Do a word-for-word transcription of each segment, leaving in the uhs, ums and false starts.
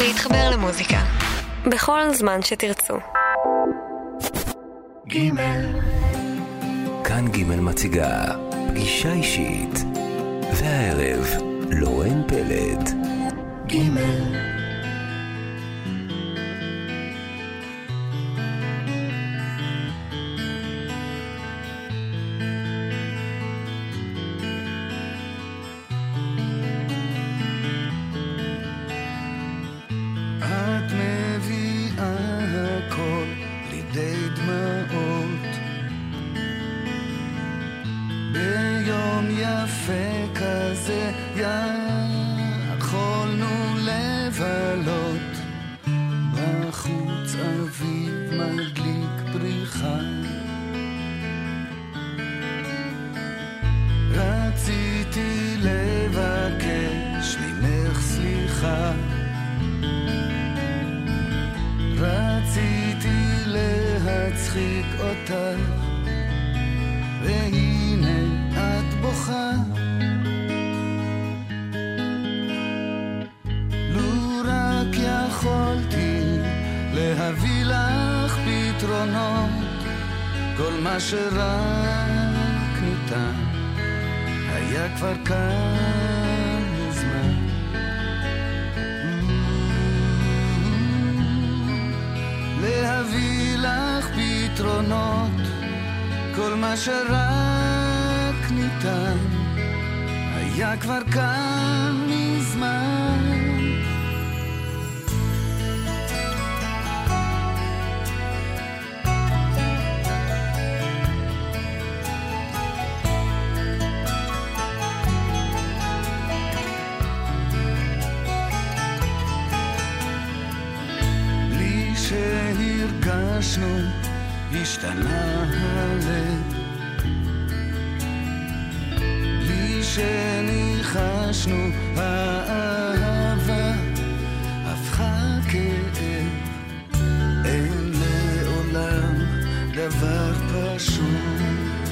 להתחבר למוזיקה בכל זמן שתרצו. גימל כאן גימל מציגה פגישה אישית, והערב לורן פלד. גימל שרק ניתן היה כבר כאן מזמן. להביא לך פתרונות, כל מה שרק ניתן היה כבר כאן מזמן. שהרגשנו השתנה הלב, בלי שניחשנו האהבה הפכה כאב. אין לעולם דבר פשוט,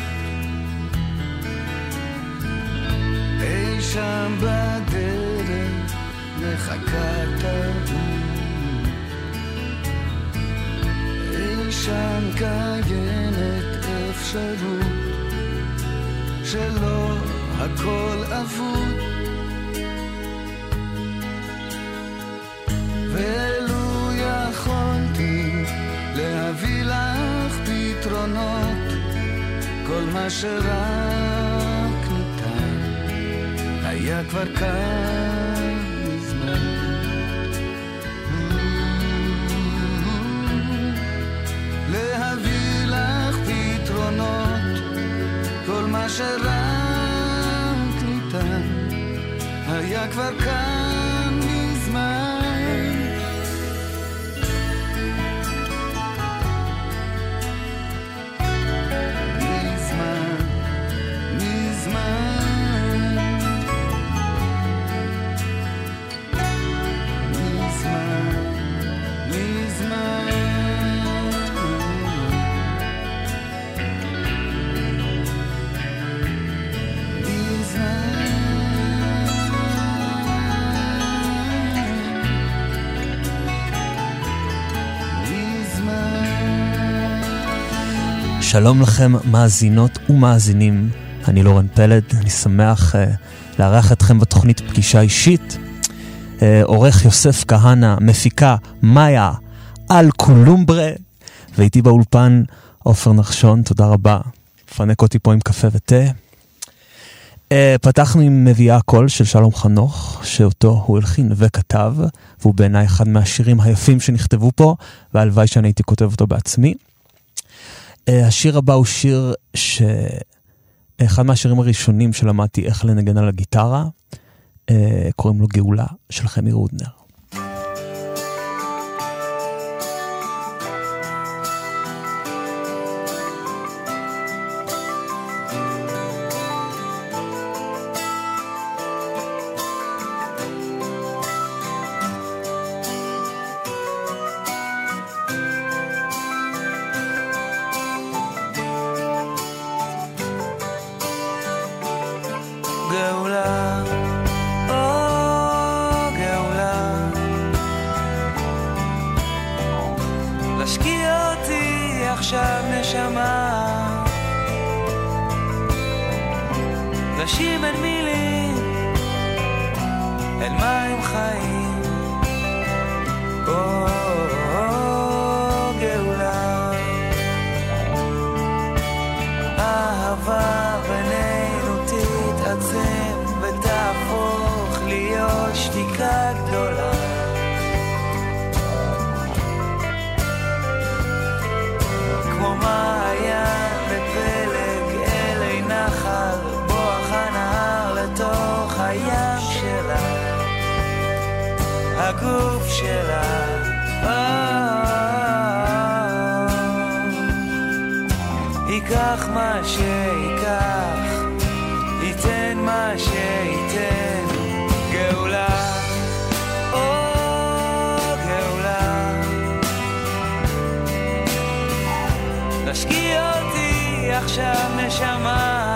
אי שם בדרך מחכה טעות, שם קיימת אפשרות שלא הכל אבוד, ולו יכולתי להביא לך פתרונות, כל מה שרק ניתן היה כבר כאן מזמן. להביא לך פתרונות, כל מה שרק ניתן היה כבר כאן מזמן. מזמן, מזמן, מזמן, מזמן. שלום לכם מאזינות ומאזינים, אני לורן פלד, אני שמח uh, לארח אתכם בתוכנית פגישה אישית. uh, עורך יוסף כהנה, מפיקה מאיה אלקולומברה, ואיתי באולפן עופר נחשון, תודה רבה, פנק אותי פה עם קפה ותה. uh, פתחנו עם מביאה הקול של שלום חנוך, שאותו הוא הלחין וכתב, והוא בעיניי אחד מהשירים היפים שנכתבו פה, והלוואי שאני הייתי כותב אותו בעצמי. השיר הבא הוא שיר שאחד מהשירים הראשונים שלמדתי איך לנגן על הגיטרה, קוראים לו גאולה של חמי רודנר. גאולה, או גאולה, נשים אין מילים, אין מים חיים, או גאולה. אהבה בינינו תתעצם ותהפוך להיות שתיקה גדולה. כמו מעיין בפלג אלי נחל, בוח הנהר לתוך הים שלה, הגוף שלה. ייקח מה שיקח, ייתן מה שייתן, גאולה, או גאולה. תשקיע אותי עכשיו נשמה,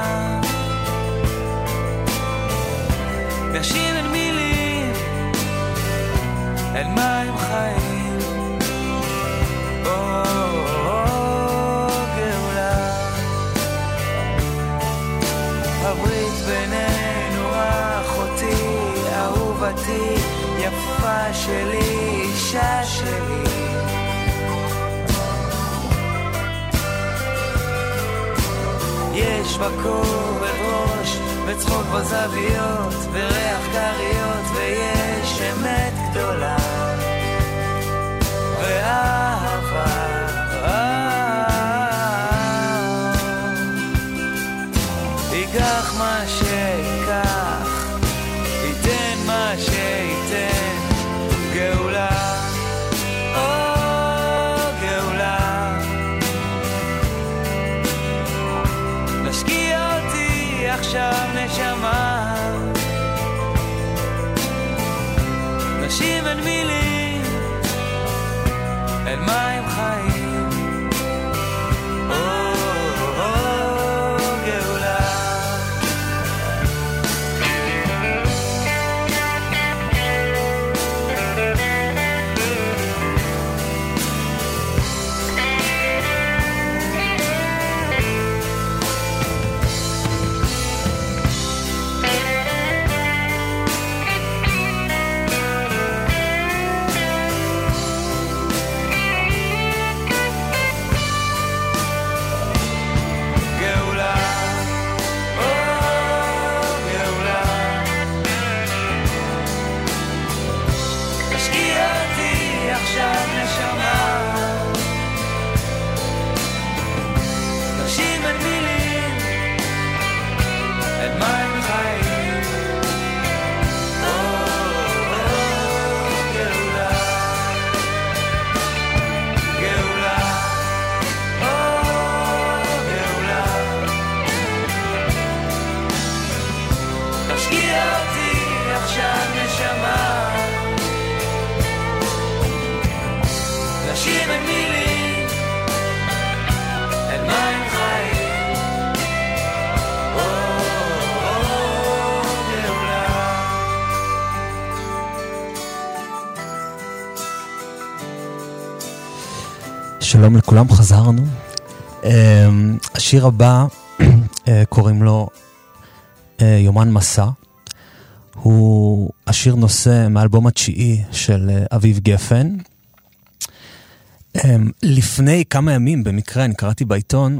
נשים אין מילים, אין מים חיים, או הברית בינינו, אחותי, אהובתי, יפה שלי, אישה שלי. יש בכובד ראש וצחוק בזוויות וריח קריות, ויש אמת גדולה ואהבה. ייקח מה שיקח, ייתן מה שייתן, גאולה, או גאולה. תשקיע אותי עכשיו נשמה, נשים אין מילים, אין מים חיים, שלום לכולם, חזרנו. השיר הבא קוראים לו יומן מסע. הוא השיר נושא מאלבום התשיעי של אביב גפן. לפני כמה ימים במקרה אני קראתי בעיתון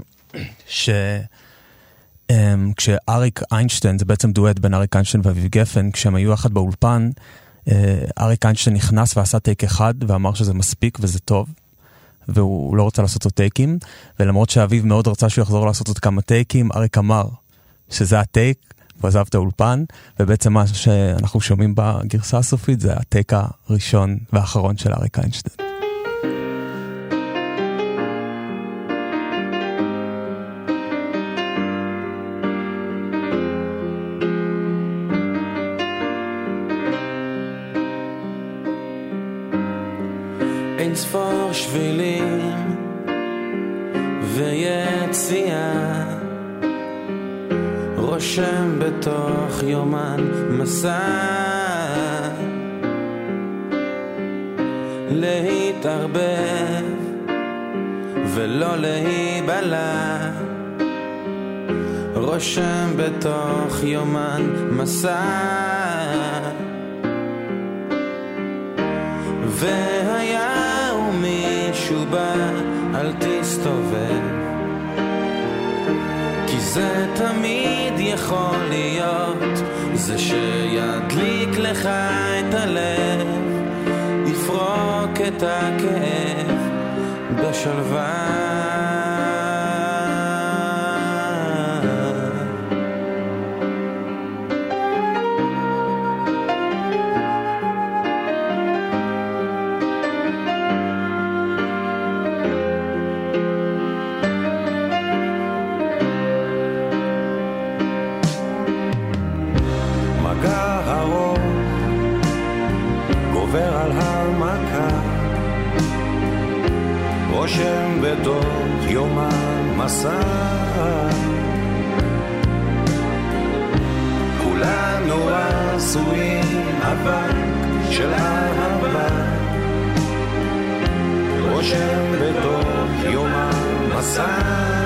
שכשאריק איינשטיין, זה בעצם דואט בין אריק איינשטיין ואביב גפן, כשהם היו אחד באולפן, אריק איינשטיין נכנס ועשה טייק אחד ואמר שזה מספיק וזה טוב, והוא לא רוצה לעשות עוד טייקים, ולמרות שאביב מאוד רצה שהוא יחזור לעשות עוד כמה טייקים, אריק אמר שזה הטייק, הוא עזב את האולפן, ובעצם מה שאנחנו שומעים בגרסה הסופית זה הטייק הראשון והאחרון של אריק איינשטיין. אין ספור שבילים ויציאה, רושם בתוך יומן מסע, להתערבב ולא להיבלה, רושם בתוך יומן מסע, והיה ומישהו בא אל תסתובב, כי זה תמיד יכול להיות, זה שידליק לך את הלב, יפרוק את הכאב בשלווה. רושם בתוך יומן מסע, כולנו עשויים אבק של אהבה, רושם בתוך יומן מסע,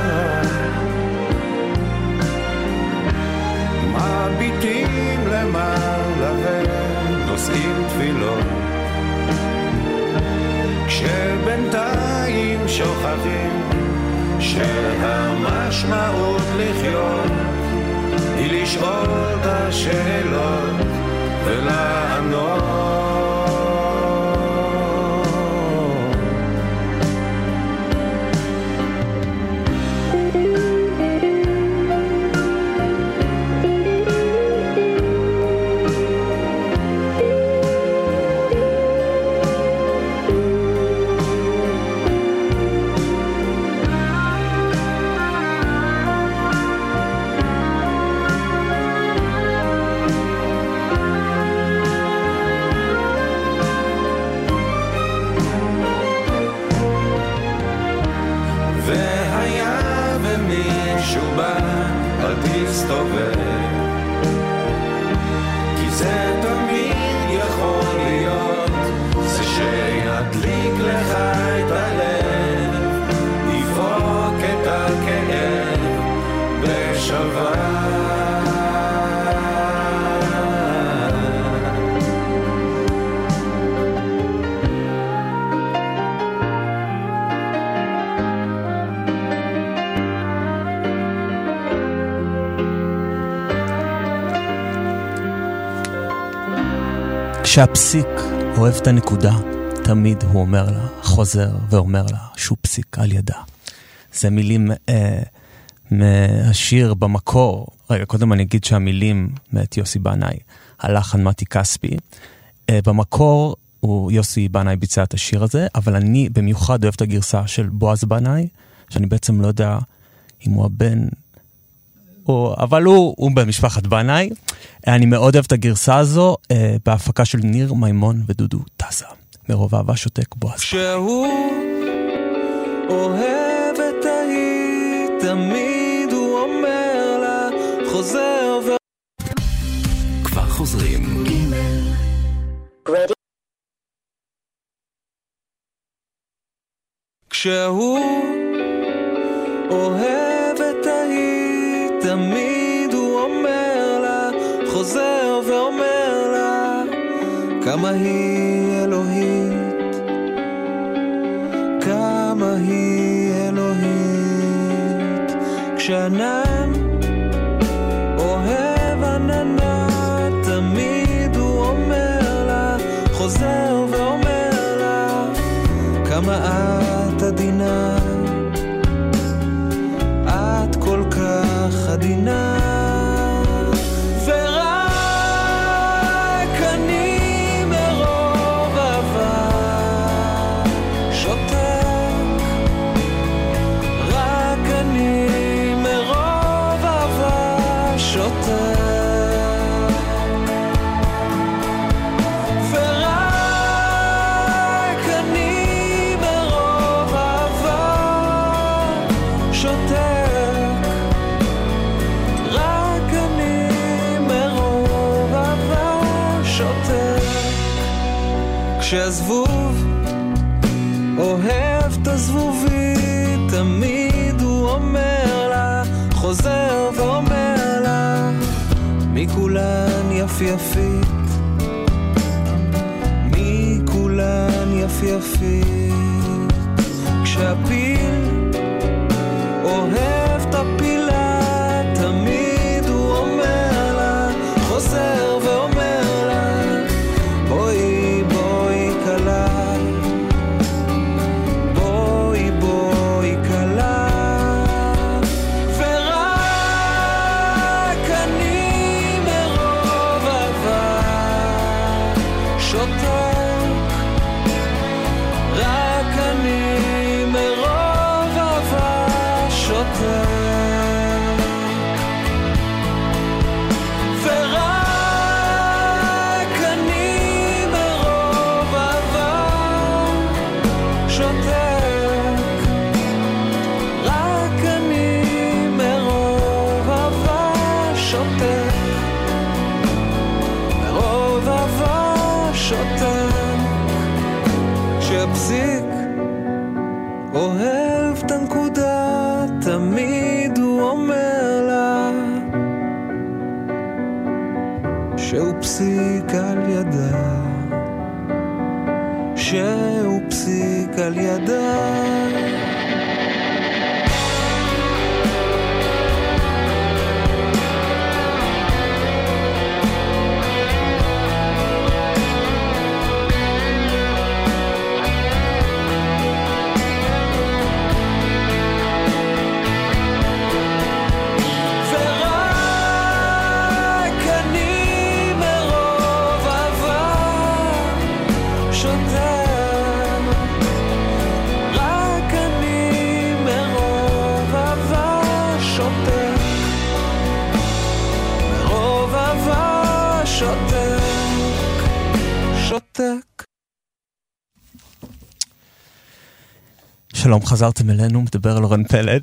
מביטים למעלה ונושאים תפילות, כשבינתיים שוכחים שהמשמעות לחיות היא לשאול את השאלות ולענות. כי זה תמיד יכול להיות, זה שידליק לך את הלב, יפרוק את הכאב בשלווה. כשהפסיק אוהב את הנקודה, תמיד הוא אומר לה, חוזר ואומר לה שהוא פסיק על ידה. זה מילים אה, מהשיר במקור. רגע, קודם אני אגיד שהמילים מאת יוסי בנאי, הלחן מתי כספי. אה, במקור הוא יוסי בנאי ביצע את השיר הזה, אבל אני במיוחד אוהב את הגרסה של בועז בנאי, שאני בעצם לא יודע אם הוא הבן, או, אבל הוא, הוא במשפחת בנאי. אני מאוד אוהב את הגרסה הזו, אה, בהפקה של ניר מימון ודודו טסה. מרוב אהבה שותק בועז. כשהוא אוהב את ההיא, תמיד הוא אומר לה, חוזר ו... כבר חוזרים. כשהוא אוהב את ההיא, תמיד הוא אומר לה, חוזר ואומר לה, כמה היא אלוהית, כמה היא אלוהית. כשענן אוהב עננה, תמיד הוא אומר לה, חוזר ואומר לה, כמה את עדינה, את כל כך עדינה. כשהזבוב אוהב את הזבובית, תמיד הוא אומר לה, חוזר ואומר מכולן יפייפית, מכולן יפייפית. כשהפיל אוהב את הפילה, תמיד הוא אומר לה, חוזר ואומר לה, בואי בואי קלה, בואי בואי קלה. ורק אני מרוב אהבה שותק, רק אני מרוב אהבה שותק. ורק אני מרוב אהבה שותק, רק אני מרוב אהבה שותק, מרוב אהבה שותק. כשהפסיק אוהב את הנקודה, תמיד הוא אומר לה שהוא פסיק על ידה, שהוא פסיק על ידה. ורק אני מרוב אהבה שותק, רק אני מרוב אהבה שותק, מרוב אהבה שותק, שותק. שלום, חזרתם אלינו, מדבר על רון פלד.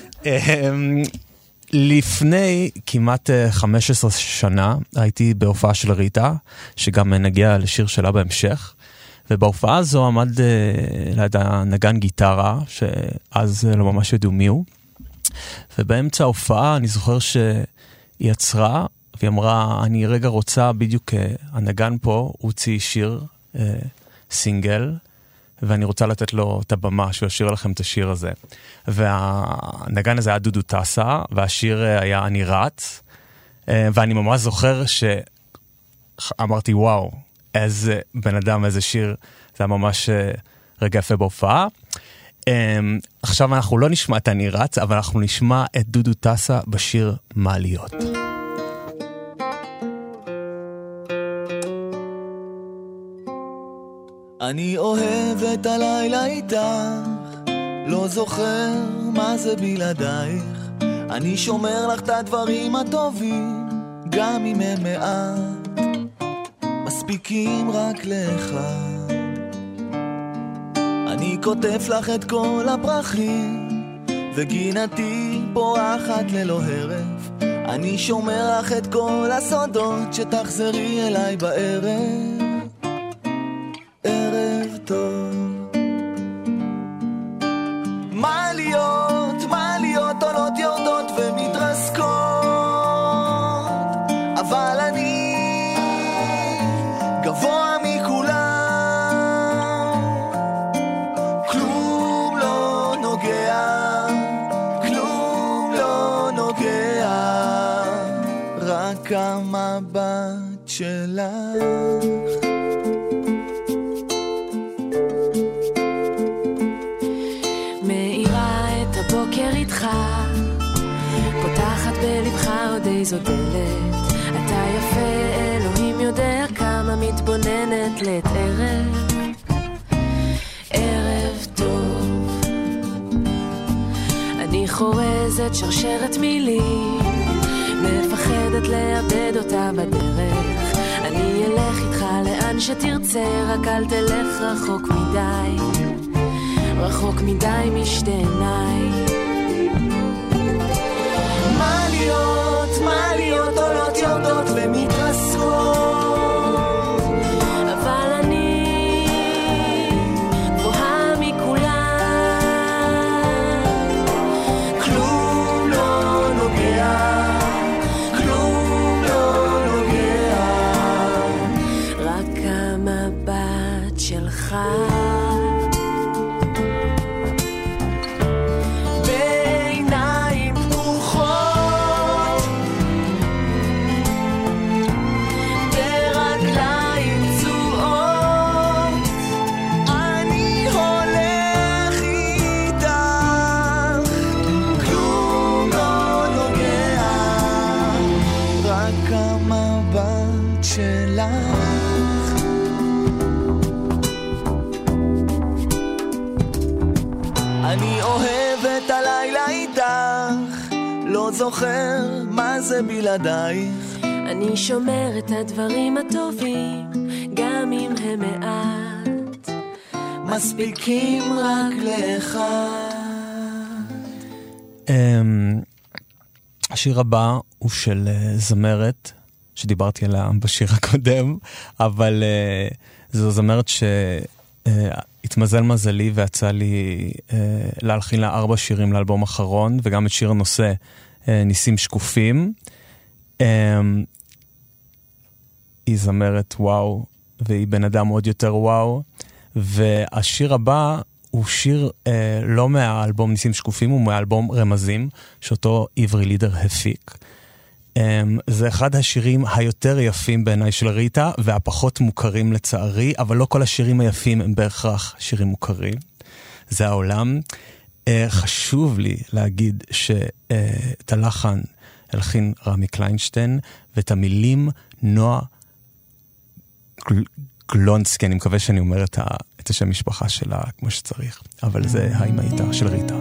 לפני כמעט חמש עשרה שנה הייתי בהופעה של ריטה, שגם נגיע לשיר שלה בהמשך, ובהופעה הזו עמד ליד הנגן גיטרה, שאז לא ממש ידעו מי הוא, ובאמצע ההופעה אני זוכר שהיא יצרה, והיא אמרה, אני רגע רוצה, בדיוק הנגן פה, הוא הוציא שיר, סינגל, ואני רוצה לתת לו את הבמה, שהוא ישיר לכם את השיר הזה. והנגן הזה היה דודו טסה, והשיר היה אני רץ, ואני ממש זוכר שאמרתי, וואו, איזה בן אדם, איזה שיר, זה היה ממש רגע יפה בהופעה. עכשיו אנחנו לא נשמע את אני רץ, אבל אנחנו נשמע את דודו טסה בשיר מעליות. אני אוהב את הלילה איתך, לא זוכר מה זה בלעדייך. אני שומר לך את הדברים הטובים, גם אם הם מעט, מספיקים רק לך. אני כותב לך את כל הפרחים, וגינתי פורחת ללא הרף. אני שומר לך את כל הסודות, שתחזרי אליי בערב. ערב טוב. מעליות, מעליות עולות יורדות ומתרסקות, אבל אני גבוה מכולם. כלום לא נוגע, כלום לא נוגע, רק המבט שלך. בוקר איתך, פותחת בלבך עוד איזו דלת. אתה יפה, אלוהים יודע כמה מתבוננת לעת ערב. ערב טוב. אני חורזת שרשרת מילים, מפחדת לאבד אותה בדרך. אני אלך איתך לאן שתרצה, רק אל תלך רחוק מדי, רחוק מדי משתי עיניי. מעליות, מעליות עולות יורדות ומתרסקות, אבל אני גבוהה מכולם. כלום לא נוגע, כלום לא אני אוהב את הלילה איתך, לא זוכר מה זה בלעדייך. אני שומר את הדברים הטובים, גם אם הם מעט, מספיקים רק לאחד. השיר הבא הוא של זמרת, שדיברתי עליה בשיר הקודם, אבל זו זמרת ש... התמזל מזלי ויצא לי אה, להלחין לה ארבע שירים לאלבום אחרון, וגם את שיר הנושא אה, ניסים שקופים. אה, היא זמרת וואו, והיא בן אדם עוד יותר וואו. והשיר הבא הוא שיר אה, לא מהאלבום ניסים שקופים, הוא מהאלבום רמזים, שאותו עברי לידר הפיק. זה אחד השירים היותר יפים בעיניי של ריטה, והפחות מוכרים לצערי, אבל לא כל השירים היפים הם בהכרח שירים מוכרים. זה העולם. חשוב לי להגיד שאת הלחן הלחין רמי קליינשטיין, ואת המילים נועה גלונסקי, אני מקווה שאני אומר את השם משפחה שלה כמו שצריך, אבל זה האמא של ריטה.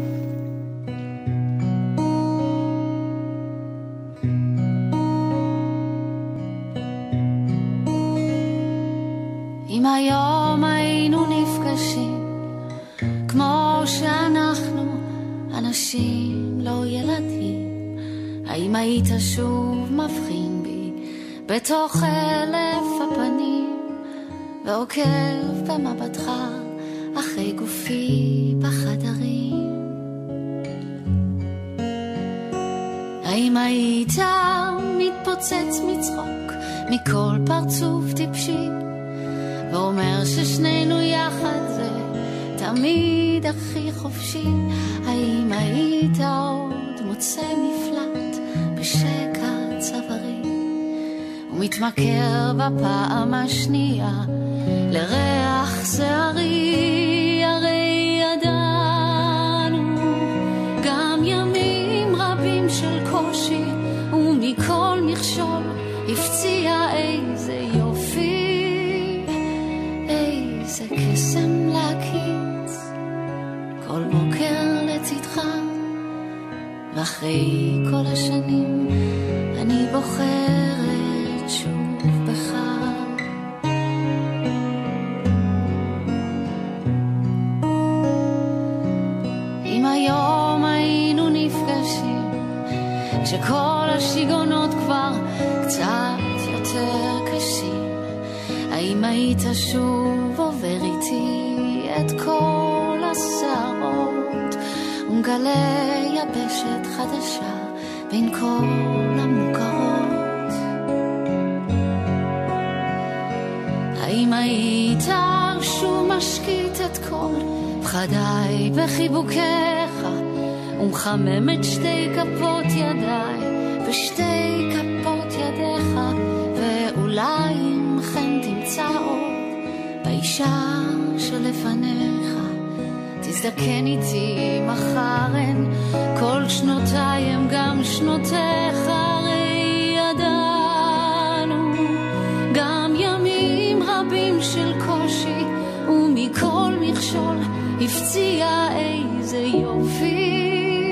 אם היום היינו נפגשים כמו שאנחנו אנשים לא ילדים, האם היית שוב מבחין בי בתוך אלף הפנים ועוקב במבטך אחרי גופי בחדרים? האם היית מתפוצץ מצחוק מכל פרצוף טיפשי ואומר ששנינו יחד זה תמיד הכי חופשי? האם היית עוד מוצא מפלט בשקע צווארי ומתמכר בפעם השנייה לריח שערי? הרי ידענו גם ימים רבים של קושי, ומכל מכשול הפציע איזה יופי, איזה קסם להקיץ כל בוקר לצדך. ואחרי כל השנים אני בוחרת שוב בך. אם היום היינו נפגשים כשכל השיגונות כבר קצת יותר קשים, האם היית שוב עובר איתי את כל השערות ומגלה יבשת חדשה בין כל המוכרות? האם היית שוב משקיט את כל פחדיי בחיבוקיך ומחמם את שתי כפות ידיי ושתי כפות ידיך, ואולי אם כן תמצא עוד באישה שלפניך, תזדקן איתי מחרן, כל שנותיי הם גם שנותיך. הרי ידענו גם ימים רבים של קושי, ומכל מכשול הפציע איזה יופי,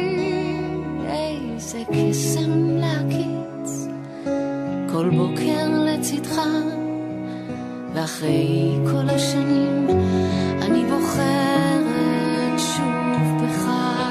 איזה קסם להקיץ כל בוקר לצדך. ואחרי כל השנים אני בוחרת שוב בך.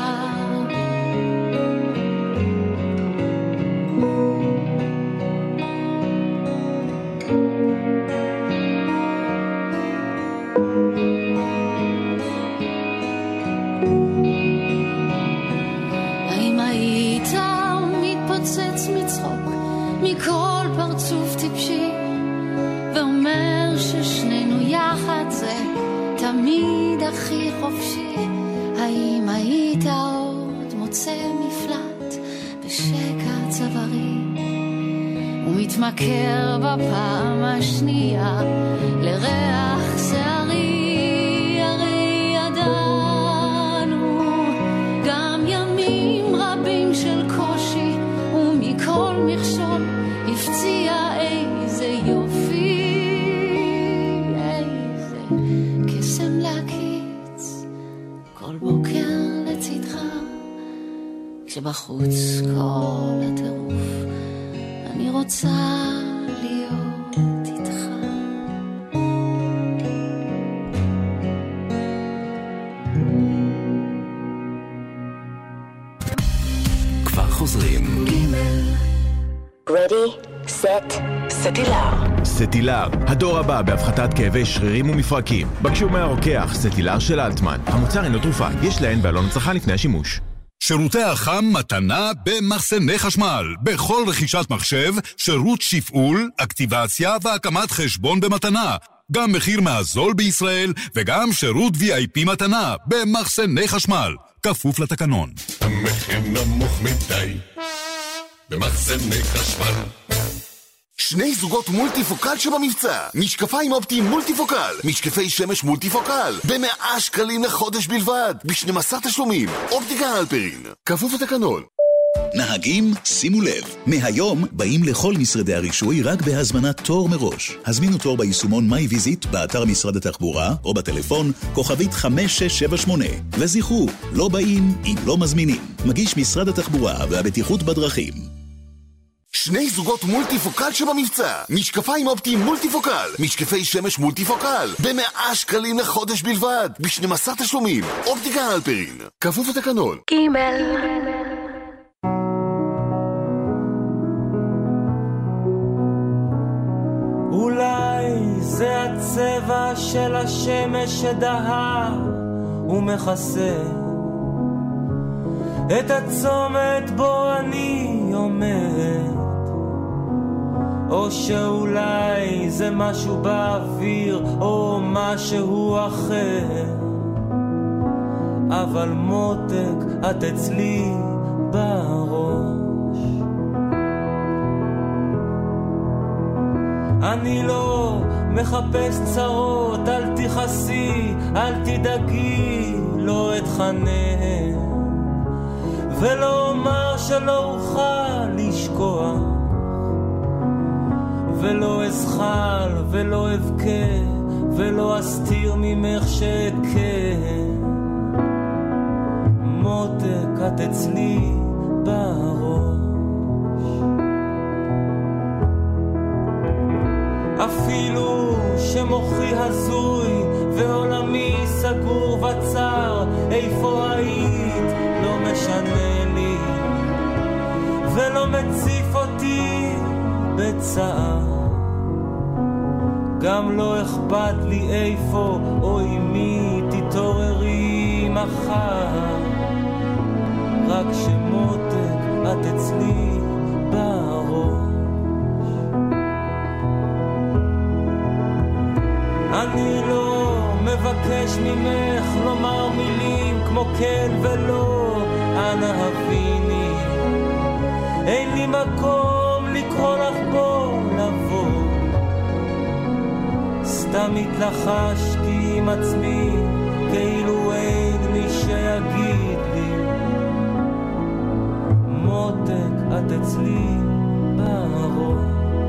האם היית מתפוצץ מצחוק מכל פרצוף טיפשי ואומר ששנינו יחד זה תמיד הכי חופשי? האם היית עוד מוצא מפלט בשקע צווארי ומתמכר בפעם השנייה לריח שערי? הרי ידענו גם ימים רבים של קושי, ומכל מכשול הפציע איזה יופי, שבחוץ כל הטירוף, אני רוצה להיות איתך. כבר חוזרים. Ready, set, סטילר. סטילר, הדור הבא בהפחתת כאבי שרירים ומפרקים. בקשו מהרוקח, סטילר של אלטמן. המוצר אינו תרופה, יש להן בעלון הצלחה לפני השימוש. שירותי החם מתנה במחסני חשמל. בכל רכישת מחשב, שירות שפעול, אקטיבציה והקמת חשבון במתנה. גם מחיר מהזול בישראל וגם שירות וי איי פי מתנה במחסני חשמל. כפוף לתקנון. המחיר נמוך מדי במחסני חשמל. שני זוגות מולטיפוקל שבמבצע. משקפיים אופטיים מולטיפוקל, משקפי שמש מולטיפוקל, במאה שקלים לחודש בלבד, ב-שנים עשר תשלומים. אופטיקה אלפרין, כפוף לתקנון. נהגים, שימו לב, מהיום באים לכל משרדי הרישוי רק בהזמנת תור מראש. הזמינו תור ביישומון מיי ויזיט באתר משרד התחבורה או בטלפון כוכבית חמש שש שבע שמונה. וזכרו, לא באים אם לא מזמינים. מגיש משרד התחבורה והבטיחות בדרכים. שני זוגות מולטיפוקל שבמבצע. משקפיים אופטיים מולטיפוקל, משקפי שמש מולטיפוקל, במאה שקלים לחודש בלבד, ב-שנים עשר תשלומים. אופטיקה אלפרין, כפוף לתקנון. גימל. אולי זה הצבע של השמש שדהר ומכסה את הצומת בו אני עומד, או שאולי זה משהו באוויר או משהו אחר, אבל מותק את אצלי בראש. אני לא מחפש צרות, אל תכעסי, אל תדאגי, לא אתחנן ולא אומר שלא אוכל לשכוח, ולא אזחל ולא אבכה ולא אסתיר ממך שאתכה. מותק את אצלי בראש. אפילו שמוחי הזוי ועולמי סגור וצר, איפה היית לא משנה לי ולא מציף אותי בצער, גם לא אכפת לי איפה או עם מי תתעוררי מחר, רק שמותק את אצלי בראש. אני לא מבקש ממך לומר מילים כמו כן ולא, אנא הביני, אין לי מקום לקרוא לך בוא לבוא. סתם התלחשתי עם עצמי כאילו אין מי שיגיד לי, מותק את אצלי בראש.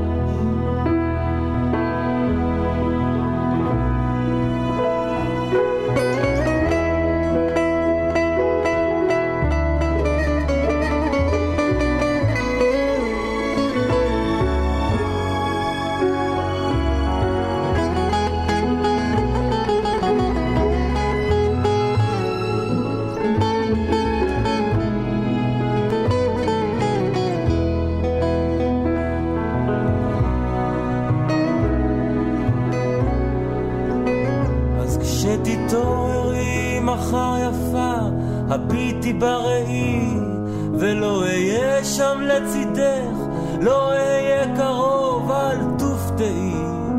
הביטי בראי ולא אהיה שם לצידך, לא אהיה קרוב אל תופתעי,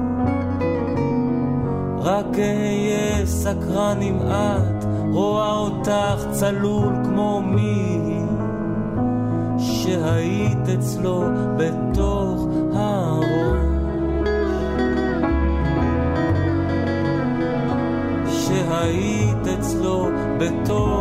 רק אהיה סקרן אם את רואה אותך צלול כמו מי שהיית אצלו בתוך הראש, שהיית אצלו בתוך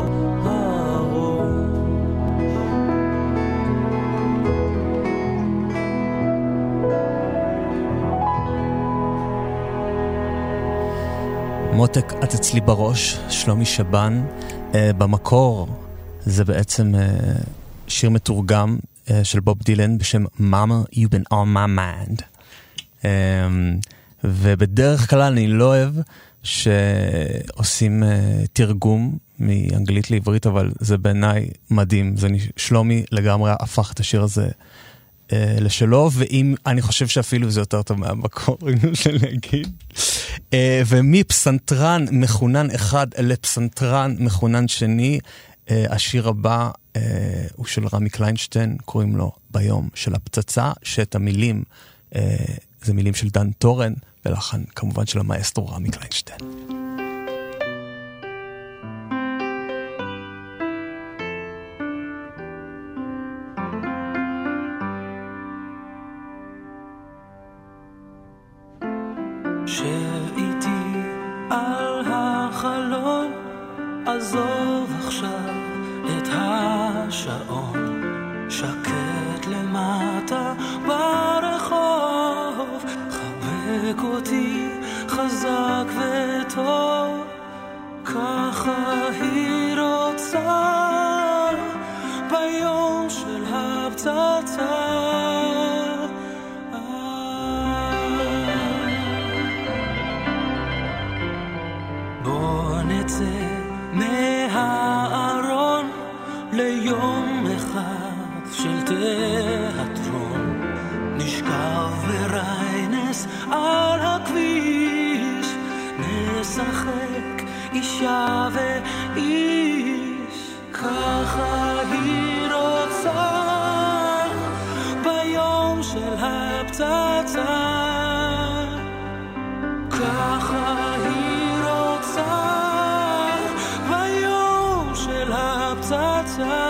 מותק את אצלי בראש, שלומי שבן. uh, במקור זה בעצם uh, שיר מתורגם uh, של בוב דילן בשם Mama, You've Been On My Mind. Um, ובדרך כלל אני לא אוהב שעושים uh, תרגום מאנגלית לעברית, אבל זה בעיניי מדהים. זה שלומי לגמרי הפך את השיר הזה uh, לשלו, ואם אני חושב שאפילו זה יותר טוב מהמקור, של להגיד. Uh, ומפסנתרן מחונן אחד לפסנתרן מחונן שני, uh, השיר הבא uh, הוא של רמי קליינשטיין, קוראים לו ביום של הפצצה, שאת המילים, uh, זה מילים של דן טורן, ולחן כמובן של המאסטרו רמי קליינשטיין. שב איתי על החלון, עזוב עכשיו את השעון, שקט למטה ברחוב, חבק אותי חזק וטוב, ככה היא רוצה ביום של הפצצה. בוא נצא מהארון ליום אחד של תיאטרון, נשכב וריינס על הכביש, נשחק אישה ואיש, ככה היא רוצה ביום של הפצצה, ככה היא רוצה ביום של הפצצה.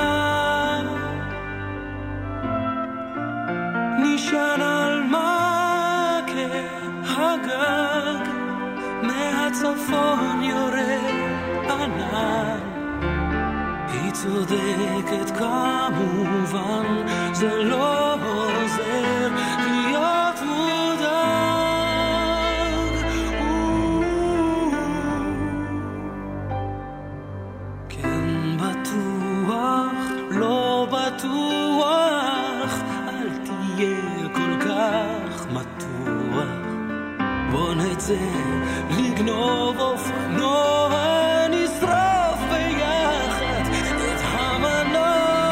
נשען על מכה הגג, מהצפון יורד ענן, היא צודקת כמובן, זה לא עוזר להיות מודאג. כן בטוח, לא בטוח, אל תהיה כל כך מתוח, בוא נצא לגנוב אופנוע, נשרוף ביחד את המנוע.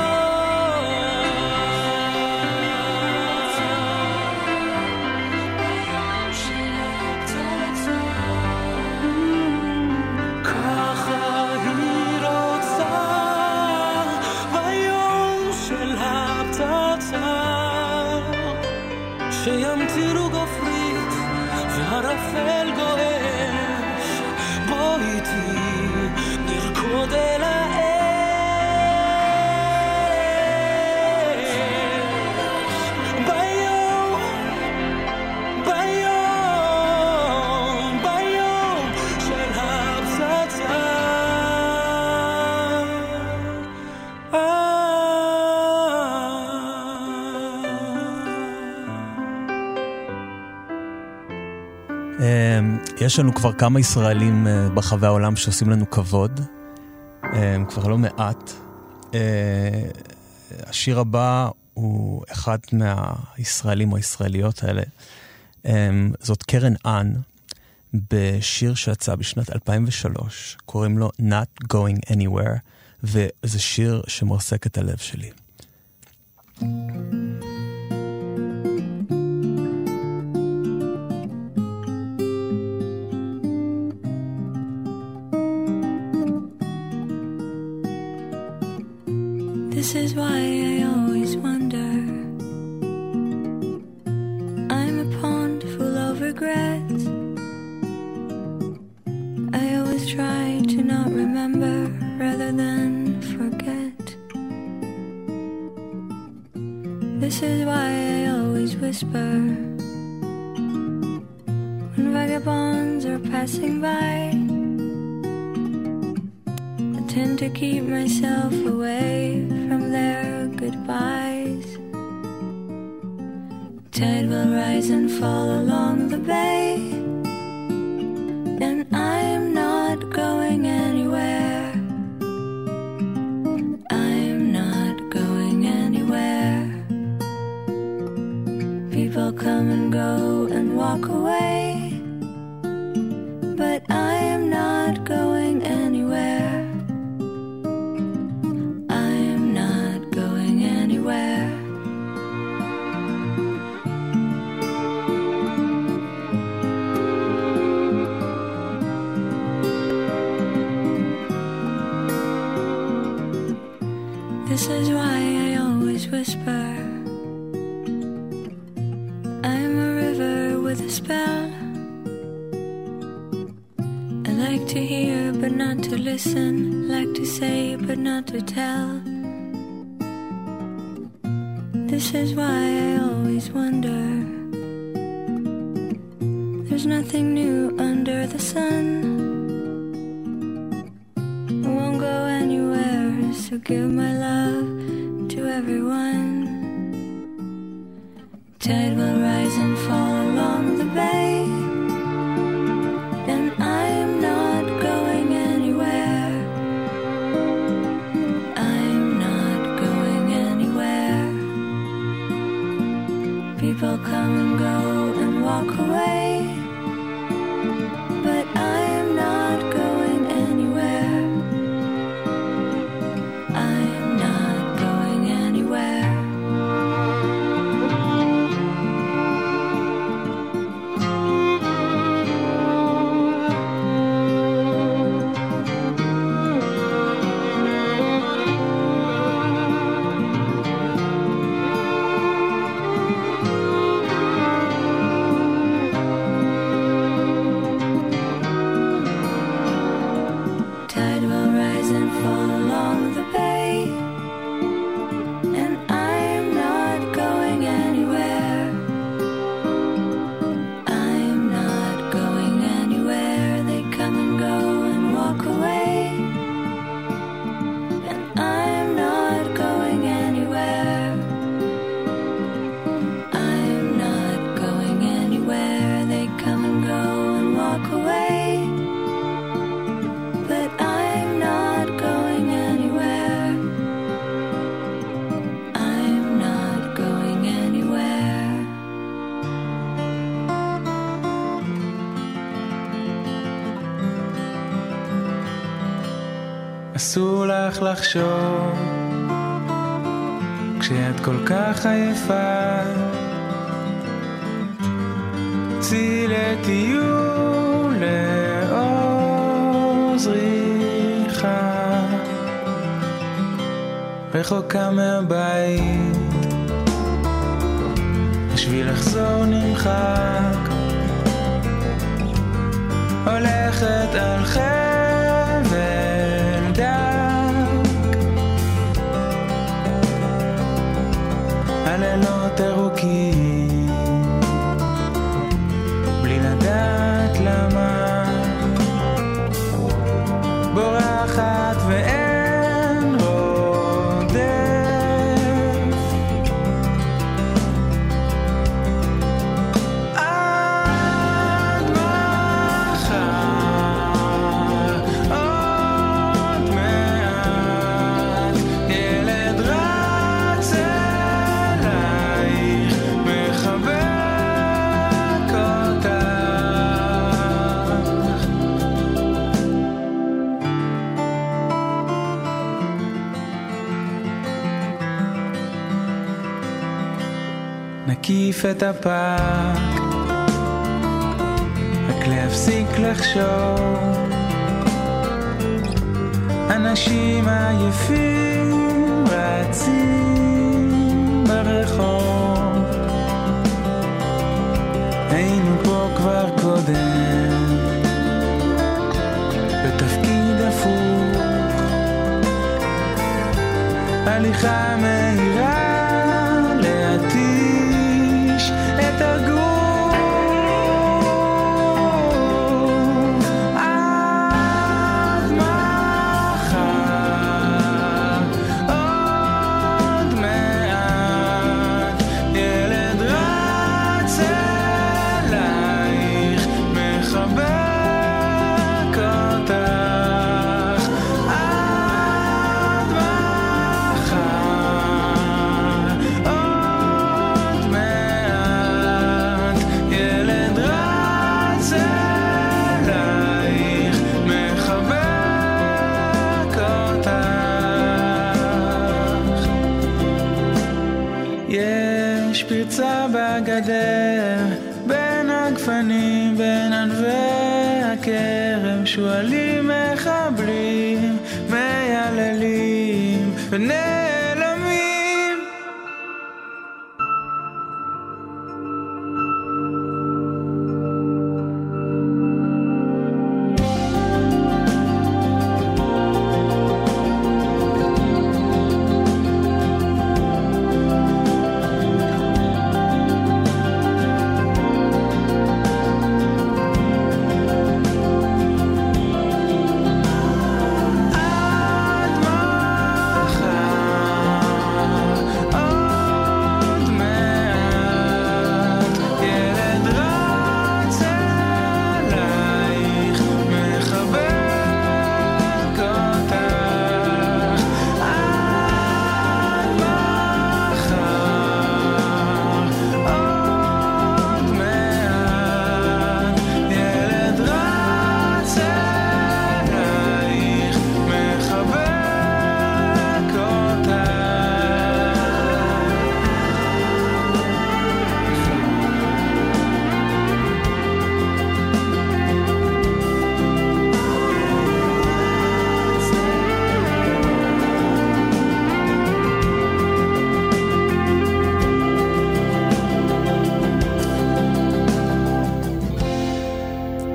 ככה היא רוצה ביום של הפצצה, שימטירו גופרית והרפל גואש, בוא איתי נרקוד אל האש, ביום, ביום, ביום של הפצצה. יש לנו כבר כמה ישראלים ברחבי העולם שעושים לנו כבוד, כבר לא מעט. השיר הבא הוא אחד מהישראלים או הישראליות האלה, זאת קרן אן, בשיר שיצא בשנת אלפיים ושלוש, קוראים לו Not Going Anywhere, וזה שיר שמרסק את הלב שלי. This is why I always wonder, I'm a pond full of regrets, I always try to not remember rather than forget. This is why I always whisper when vagabonds are passing by, I tend to keep myself away from their goodbyes. Tide will rise and fall along the bay, and I'm not going anywhere. I'm not going like to hear but not to listen, like to say but not to tell. This is why I always wonder. There's nothing new under the sun. I won't go anywhere, so give my love to everyone. Tide will rise and fall along the bay, and I'm not going anywhere. I'm not going anywhere. People come and go and walk away, but I'm not going anywhere. I'm not going anywhere. אסור לך לחשוב כשאת כל כך עייפה, צאי לטיול לעוז ריחה, רחוקה מהבית, השביל לחזור נמחק, הולכת על חבל הלילות ארוכים בלי לדעת למה, בורחת ואין רודף, עד מחר עוד מעט ילד רץ נקיף את הפארק, רק להפסיק לחשוב, אנשים עייפים רצים ברחוב, היינו פה כבר קודם בתפקיד הפוך, הליכה מהירה להתיש את הגוף, עד מחר עוד מעט ילד רץ אלייך מחבק אותך, עד מחר עוד מעט ילד רץ אלייך מחבק אותך. יש פרצה בגדר בין הגפנים, בין ענבי הכרם, שואלים מחבלים, מייללים ונעלמים.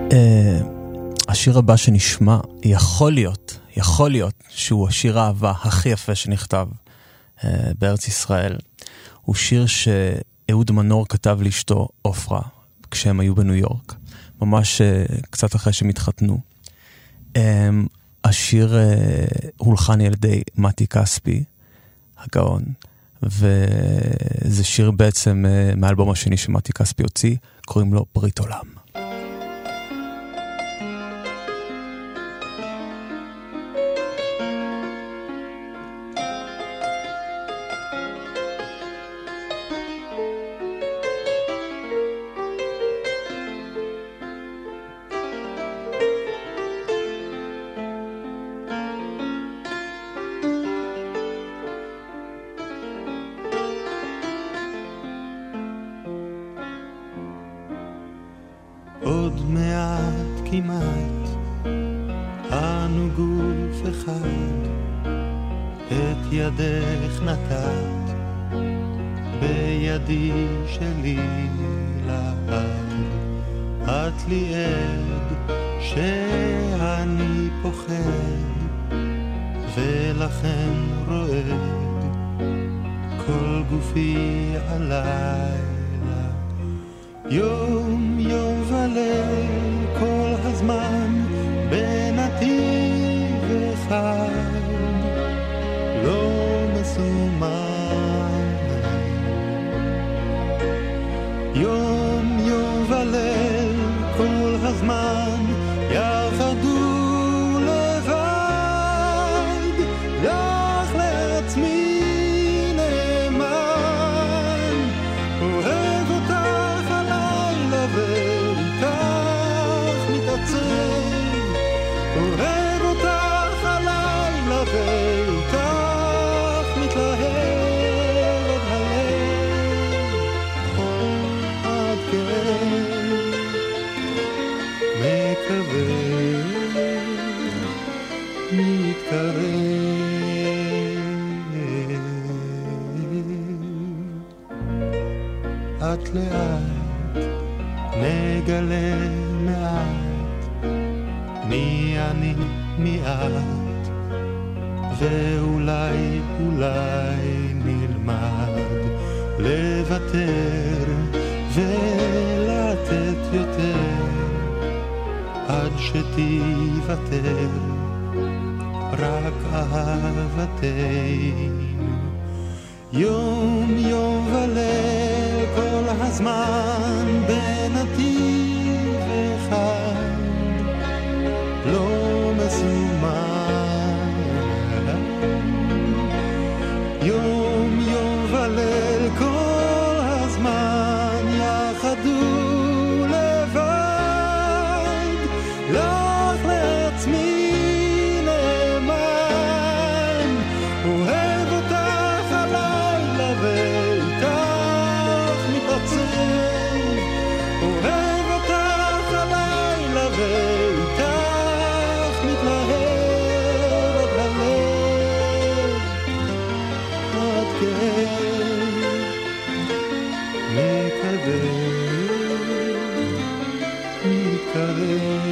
השיר הבא שנשמע יכול להיות, יכול להיות שהוא השיר האהבה הכי יפה שנכתב uh, בארץ ישראל. הוא שיר שאהוד מנור כתב לאשתו אופרה כשהם היו בניו יורק, ממש uh, קצת אחרי שהם התחתנו. Um, השיר uh, הולחן על ידי מתי כספי, הגאון, וזה שיר בעצם uh, מהאלבום השני שמתי כספי הוציא, קוראים לו ברית עולם. עוד מעט כמעט אנו גוף אחד, את ידך נתת בידי שלי לעד. את לי עד שאני פוחד ולכן רועד כל גופי עליי. יום יום וליל כל הזמן בנתיב אחד לא מסומן. יום יום וליל כל הזמן יחדו לבד, לך לעצמי נאמן, אוהב אותך הלילה ואיתך מתעצב, אוהב אותך הלילה ואיתך מתלהב עד הלב, עד כאב מקווה מתקרב. את לאט נגלה מעט מי אני מי את, ואולי אולי נלמד לוותר ולתת יותר עד שתיוותר רק אהבתנו. יום יום וליל כל הזמן בנתיב אחד לא מסומן. יום יום וליל כל הזמן יחדו לבד, לך לעצמי נאמן, אוהב אותך הלילה ואיתך מתעצב, אוהב אותך הלילה ואיתך מתלהב עד הלב, עד כאב מקווה מתקרב.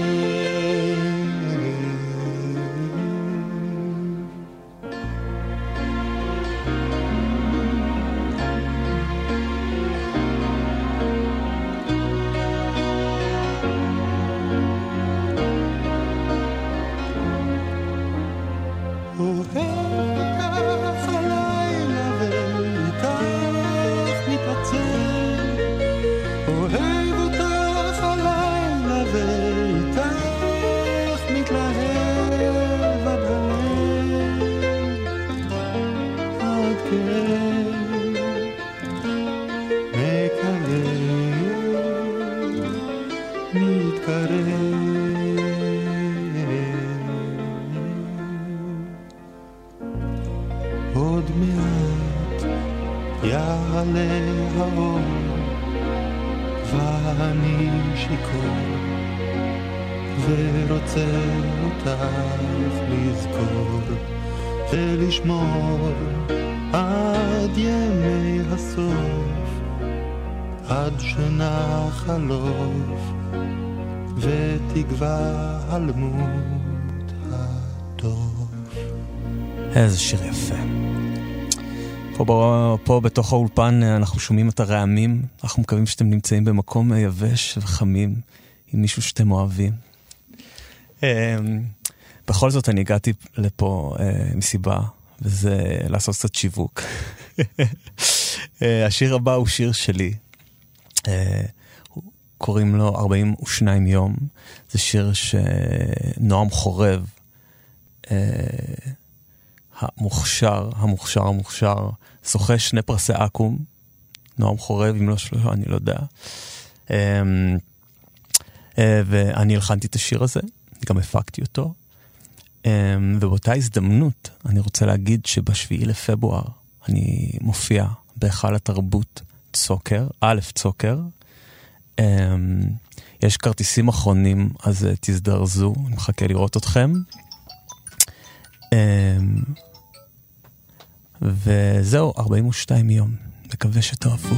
עוד מעט יעלה האור ואני שיכור ורוצה אותך לזכור ולשמור עד ימי הסוף, עד שנה חלוף ותקווה הלמות הטוב. איזה שיר יפה. פה, פה בתוך האולפן אנחנו שומעים את הרעמים, אנחנו מקווים שאתם נמצאים במקום יבש וחמים עם מישהו שאתם אוהבים. בכל זאת אני הגעתי לפה מסיבה, וזה לעשות קצת שיווק. השיר הבא הוא שיר שלי, קוראים לו ארבעים ושניים יום. זה שיר שנועם חורב, המוכשר, המוכשר, המוכשר, זוכה שני פרסי אקו"ם, נועם חורב, אם לא שלושה, אני לא יודע. ואני הלחנתי את השיר הזה, גם הפקתי אותו. ובאותה הזדמנות, אני רוצה להגיד שבשביעי לפברואר, אני מופיע בהיכל התרבות צוקר, א' צוקר. יש כרטיסים אחרונים, אז תזדרזו, אני מחכה לראות אתכם. וזהו, ארבעים ושניים יום. מקווה שתאהבו.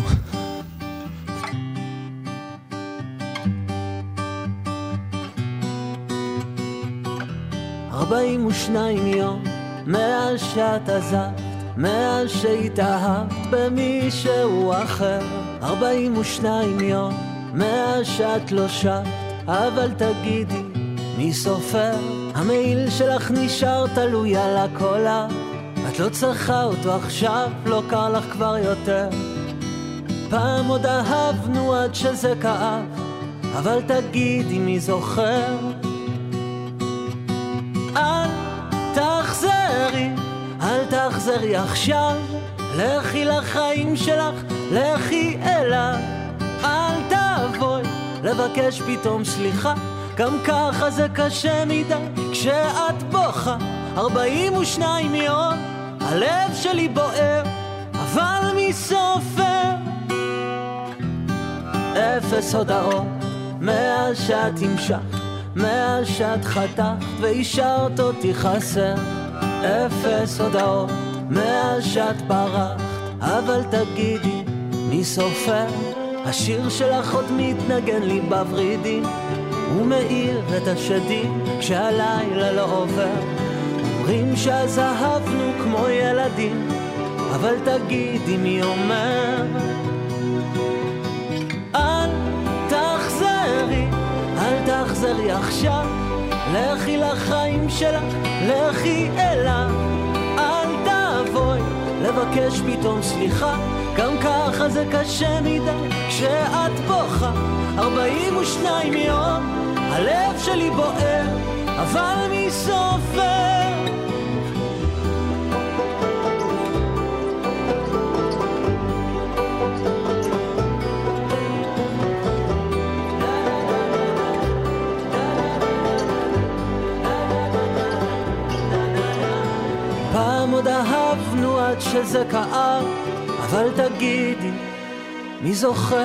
ארבעים ושניים יום מאז שאת עזבת, מאז שהתאהבת במישהו אחר. ארבעים ושניים יום מאז שאת לא שבת, אבל תגידי מי סופר? המעיל שלך נשאר תלוי על הקולה, את לא צריכה אותו עכשיו, לא קר לך כבר יותר. פעם עוד אהבנו עד שזה כאב, אבל תגידי מי זוכר? אל תחזרי, אל תחזרי עכשיו, לכי לחיים שלך, לכי אליו. אל תבואי לבקש פתאום סליחה, גם ככה זה קשה מדי כשאת בוכה. ארבעים ושניים יום הלב שלי בוער, אבל מי סופר? אפס הודעות מאז שאת המשכת, מאז שאת חתכת והשארת אותי חסר. אפס הודעות מאז שאת פרחת, אבל תגידי מי סופר? השיר שלך עוד מתנגן לי בוורידים, הוא מאיר את השדים כשהלילה לא עובר. אומרים שאז אהבנו כמו ילדים, אבל תגידי מי אומר? אל תחזרי, אל תחזרי עכשיו, לכי לחיים שלך, לכי אליו. אל תבואי לבקש פתאום סליחה, גם ככה זה קשה מדי כשאת בוכה. ארבעים ושניים יום הלב שלי בוער, אבל מי סופר? פעם עוד אהבנו עד שזה כאב, אבל תגידי מי זוכר?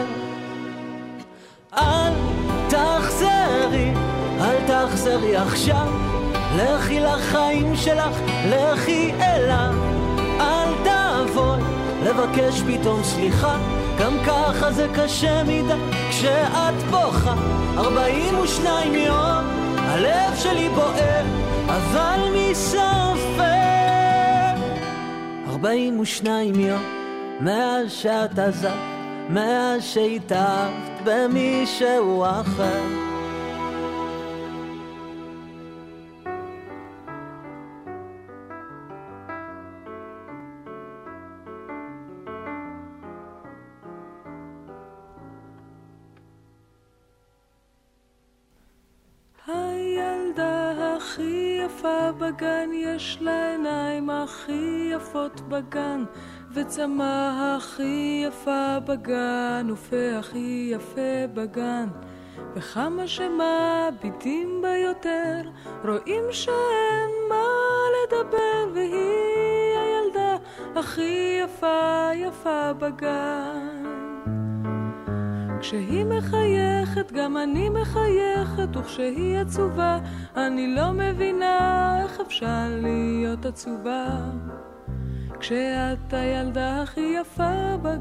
אל תחזרי, אל תחזרי עכשיו, לכי לחיים שלך, לכי אליו. אל תבואי לבקש פתאום סליחה, גם ככה זה קשה מדי כשאת בוכה. ארבעים ושניים יום הלב שלי בוער, אבל מי סופר? ארבעים ושניים יום מאז שאת עזבת, מאז שהתאהבת במישהו אחר. הילדה הכי יפה בגן, יש לה עיניים הכי יפות בגן, וצמא הכי יפה בגן, ופה הכי יפה בגן. וכמה שמביטים בה יותר, רואים שאין מה לדבר, והיא הילדה הכי יפה יפה בגן. כשהיא מחייכת גם אני מחייכת, וכשהיא עצובה אני לא מבינה איך אפשר להיות עצובה כשאת הילדה הכי יפה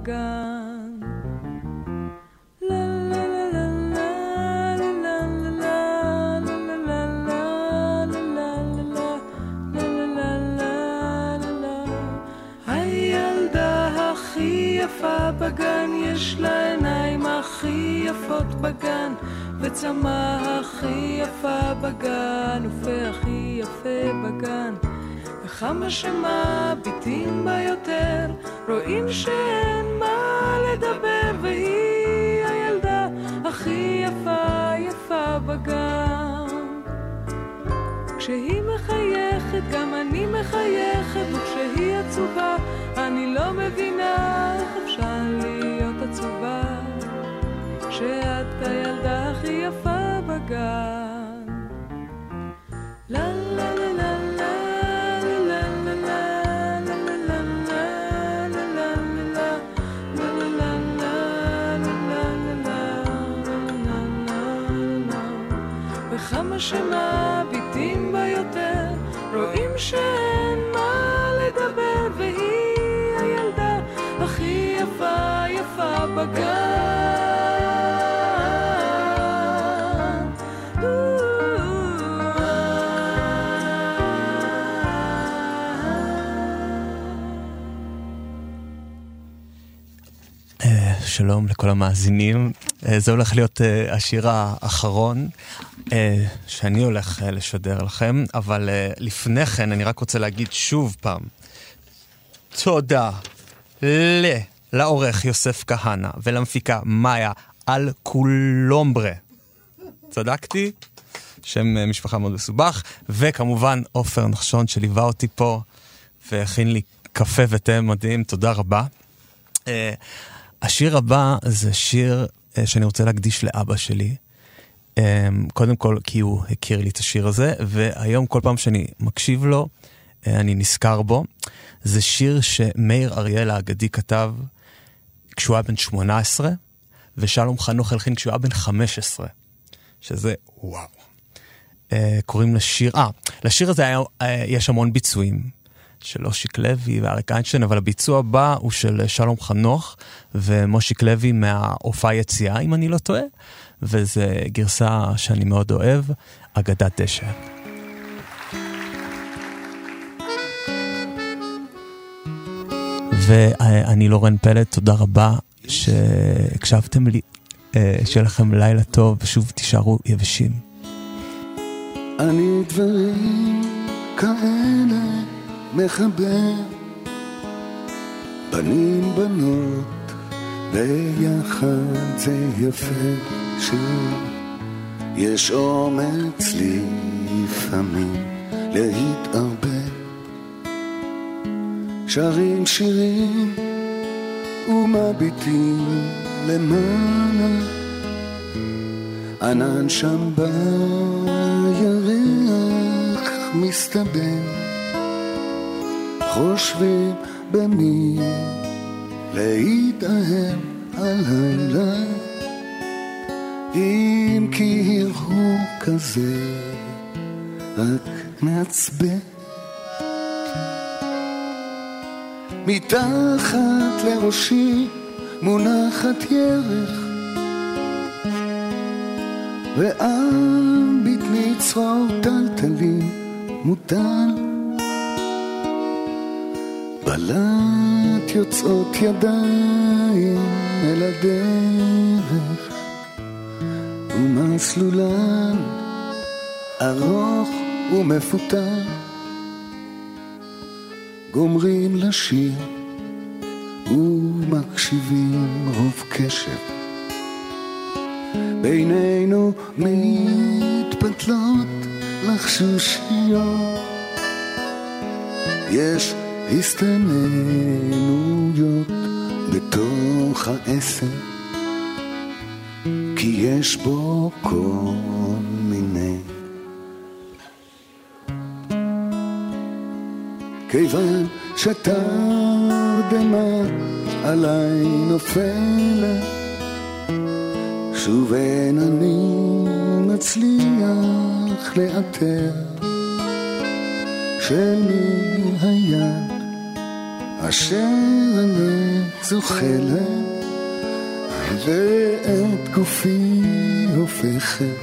בגן. לה לה לה לה לה לה לה יפה בגן, יש לה עיניים הכי יפות בגן, וצמא הכי יפה בגן, ופה הכי יפה בגן. וכמה שמביטים בה יותר, רואים שאין מה לדבר, והיא הילדה הכי יפה יפה בגן. כשהיא מחייכת גם אני מחייכת, וכשהיא עצובה אני לא מבינה איך אפשר להיות עצובה, שאת הילדה הכי יפה בגן. לה לה לה לה וכמה שמביטים בה יותר, רואים שאין מה לדבר, והיא הילדה הכי יפה יפה בגן. שלום לכל המאזינים, זה הולך להיות השיר האחרון שאני הולך לשדר לכם, אבל לפני כן אני רק רוצה להגיד שוב פעם תודה ל... לעורך יוסף כהנא ולמפיקה מאיה אלקולומברה, צדקתי? שם משפחה מאוד מסובך, וכמובן עופר נחשון שליווה אותי פה והכין לי קפה ותה מדהים, תודה רבה. השיר הבא זה שיר שאני רוצה להקדיש לאבא שלי, קודם כל כי הוא הכיר לי את השיר הזה, והיום כל פעם שאני מקשיב לו אני נזכר בו. זה שיר שמאיר אריאל האגדי כתב כשהוא היה בן שמונה עשרה, ושלום חנוך הלחין כשהוא היה בן חמש עשרה, שזה וואו. קוראים לשיר, אה, לשיר הזה היה, יש המון ביצועים של אושיק לוי ואריק איינשטיין, אבל הביצוע הבא הוא של שלום חנוך ומושיק לוי מההופעה יציאה, אם אני לא טועה, וזו גרסה שאני מאוד אוהב, אגדת דשא. ואני לורן פלד, תודה רבה שהקשבתם לי, שיהיה לכם לילה טוב, ושוב תישארו יבשים. אני דברים כאלה מחבר, בנים בנות ביחד, זה יפה שיש אומץ לפעמים להתערבב, שרים שירים ומביטים למעלה, ענן שם בירח מסתבר, חושבים במי להתאהב הלילה, אם כי הוא כזה רק מעצבן. מתחת לראשי מונחת ירח, ועל בטני צרור טלטלים מוטל, בלט יוצאות ידיים אל הדרך, ומסלולן ארוך ומפותח, גומרים לשיר ומקשיבים רוב קשב, בינינו מתפתלות לחשושיות, יש הסתננויות בתוך העשר, כי יש בו כל מיני, כיוון שתרדמה עליי נופלת, שוב אין אני מצליח לאתר של מי היד אשר אני זוכלת, ואת גופי הופכת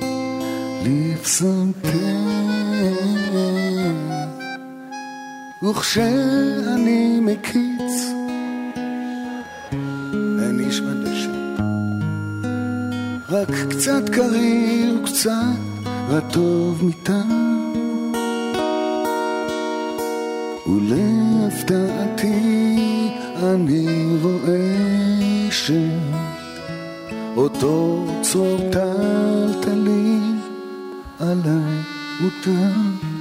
לפסנתר, וכשאני מקיץ רק קצת קריר, קצת רטוב מטעם. ולהפתעתי אני רואה שאותו צרור טלטלים עליי מוטל.